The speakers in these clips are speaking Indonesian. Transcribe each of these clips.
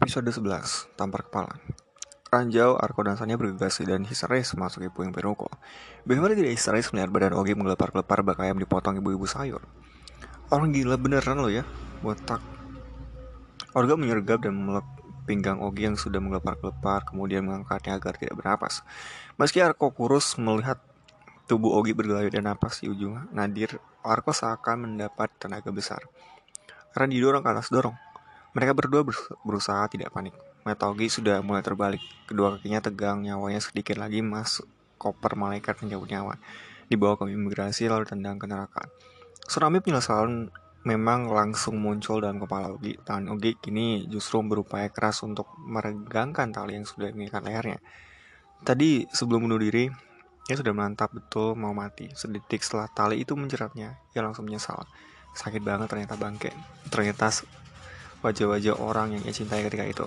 Episode 11, Tampar Kepala. Ranjau, Arko dan Sanya bergegas dan histeris memasuki puing peruko. Bagaimana tidak histeris melihat badan Ogi menggelepar-gelepar bak ayam dipotong ibu-ibu sayur. Orang gila beneran lo ya, botak. Olga menyergap dan memeluk pinggang Ogi yang sudah menggelepar-gelepar, kemudian mengangkatnya agar tidak bernapas. Meski Arko kurus melihat tubuh Ogi bergelayut dan napas di ujung nadir, Arko seakan mendapat tenaga besar. Karena didorong ke atas dorong. Mereka berdua berusaha tidak panik. Mata Ogi sudah mulai terbalik. Kedua kakinya tegang, nyawanya sedikit lagi masuk koper malaikat pencabut nyawa. Dibawa ke imigrasi lalu tendang ke neraka. Tsunami penyesalan memang langsung muncul dalam kepala Ogi. Tangan Ogi kini justru berupaya keras untuk meregangkan tali yang sudah mengikat lehernya. Tadi sebelum bunuh diri, dia sudah menantap betul mau mati. Sedetik setelah tali itu menjeratnya, ia langsung menyesal. Sakit banget ternyata bangke. Ternyata wajah-wajah orang yang ia cintai ketika itu.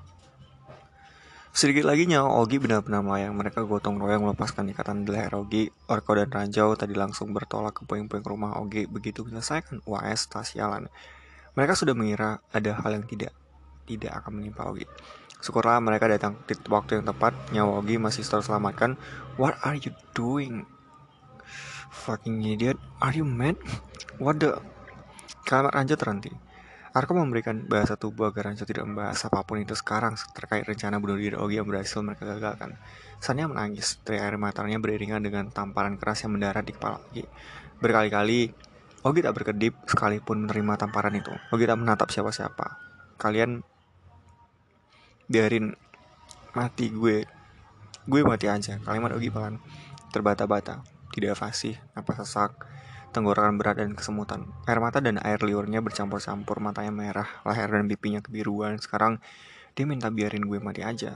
Sedikit lagi nyawa Ogi benar-benar melayang. Mereka gotong royong melepaskan ikatan di leher Ogi. Orko dan Ranjau tadi langsung bertolak ke puing-puing rumah Ogi. Begitu menyelesaikan UAS tak sialan. Mereka sudah mengira ada hal yang tidak akan menimpa Ogi. Syukurlah mereka datang di waktu yang tepat. Nyawa Ogi masih terselamatkan. What are you doing? Fucking idiot. Are you mad? What the... Kalimat Ranjau terhenti. Arko memberikan bahasa tubuh agar Ranjau tidak membahas apapun itu sekarang terkait rencana bunuh diri Ogi yang berhasil mereka gagalkan. Sanya menangis, teri air matanya beriringan dengan tamparan keras yang mendarat di kepala Ogi. Berkali-kali, Ogi tak berkedip sekalipun menerima tamparan itu. Ogi tak menatap siapa-siapa. Kalian biarin mati gue mati aja. Kalimat Ogi pelan, terbata-bata, tidak fasih, napas sesak, tenggorokan berat dan kesemutan. Air mata dan air liurnya bercampur-campur, matanya merah, leher dan pipinya kebiruan. Sekarang dia minta biarin gue mati aja.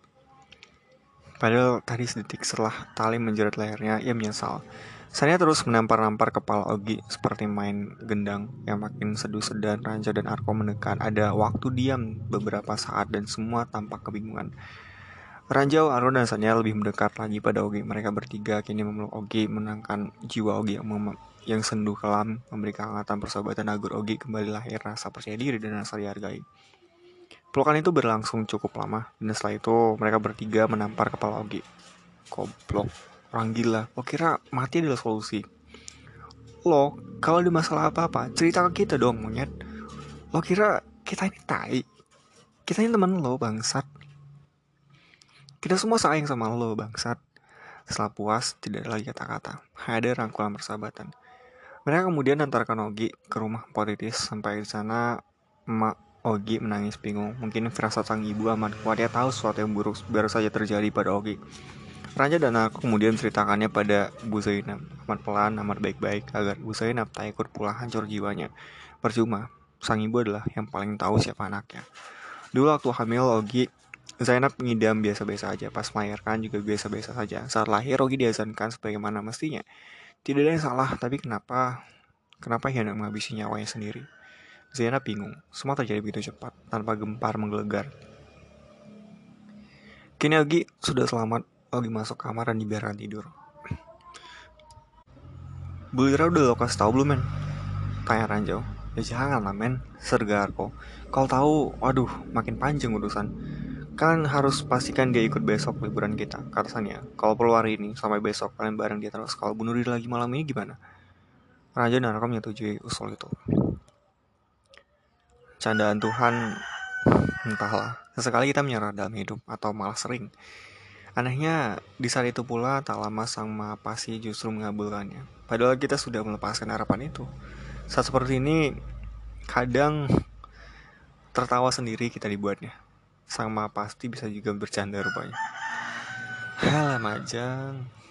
Padahal tadi sedetik setelah tali menjerat lehernya, ia menyesal. Sanya terus menampar-nampar kepala Ogi seperti main gendang yang makin sedu-sedan. Ranjau dan Arko mendekat. Ada waktu diam beberapa saat dan semua tampak kebingungan. Ranjau, Arko dan Sanya lebih mendekat lagi pada Ogi. Mereka bertiga kini memeluk Ogi, menangkan jiwa Ogi yang sendu kelam, memberi kehangatan persahabatan agar Ogi kembali lahir rasa percaya diri dan rasa dihargai. Pelukan itu berlangsung cukup lama, dan setelah itu mereka bertiga menampar kepala Ogi. Goblok, orang gila, lo kira mati adalah solusi? Lo, kalau ada masalah apa-apa, cerita ke kita dong, monyet. Lo kira kita ini tai? Kita ini teman lo, bangsat. Kita semua sayang sama lo, bangsat. Setelah puas, tidak ada lagi kata-kata. Hanya ada rangkulan persahabatan. Mereka kemudian antarkan Ogi ke rumah Potitis. Sampai di sana, emak Ogi menangis bingung. Mungkin firasat sang ibu amat kuat. Dia tahu sesuatu yang buruk baru saja terjadi pada Ogi. Ranjau dan aku kemudian ceritakannya pada Bu Zainab. Amat pelan, amat baik-baik, agar Bu Zainab tak ikut pula hancur jiwanya. Percuma, sang ibu adalah yang paling tahu siapa anaknya. Dulu waktu hamil Ogi, Zainab mengidam biasa-biasa saja. Pas melahirkan juga biasa-biasa saja. Saat lahir Ogi diazankan sebagaimana mestinya. Tidak ada yang salah, tapi kenapa hendak menghabisi nyawanya sendiri? Zainab bingung. Semua terjadi begitu cepat, tanpa gempar menggelegar. Kini Ogi sudah selamat. Ogi masuk kamar dan dibiarkan tidur. Bu Lira udah lo kasih tau belum, men? Tanya Ranjau. Ya jangan lah, men, serga Arko. Kalau tahu, waduh, makin panjang urusan. Kalian harus pastikan dia ikut besok liburan kita, kata Sanya. Kalau perlu hari ini, sampai besok kalian bareng dia terus. Kalau bunuh diri lagi malam ini gimana? Raja dan Arko menyetujui usul itu. Candaan Tuhan, entahlah. Sesekali kita menyerah dalam hidup, atau malah sering. Anehnya, di saat itu pula tak lama Sang Maha Pasti justru mengabulkannya. Padahal kita sudah melepaskan harapan itu. Saat seperti ini, kadang tertawa sendiri kita dibuatnya. Sang Maha Pasti bisa juga bercanda rupanya. Halah Majang.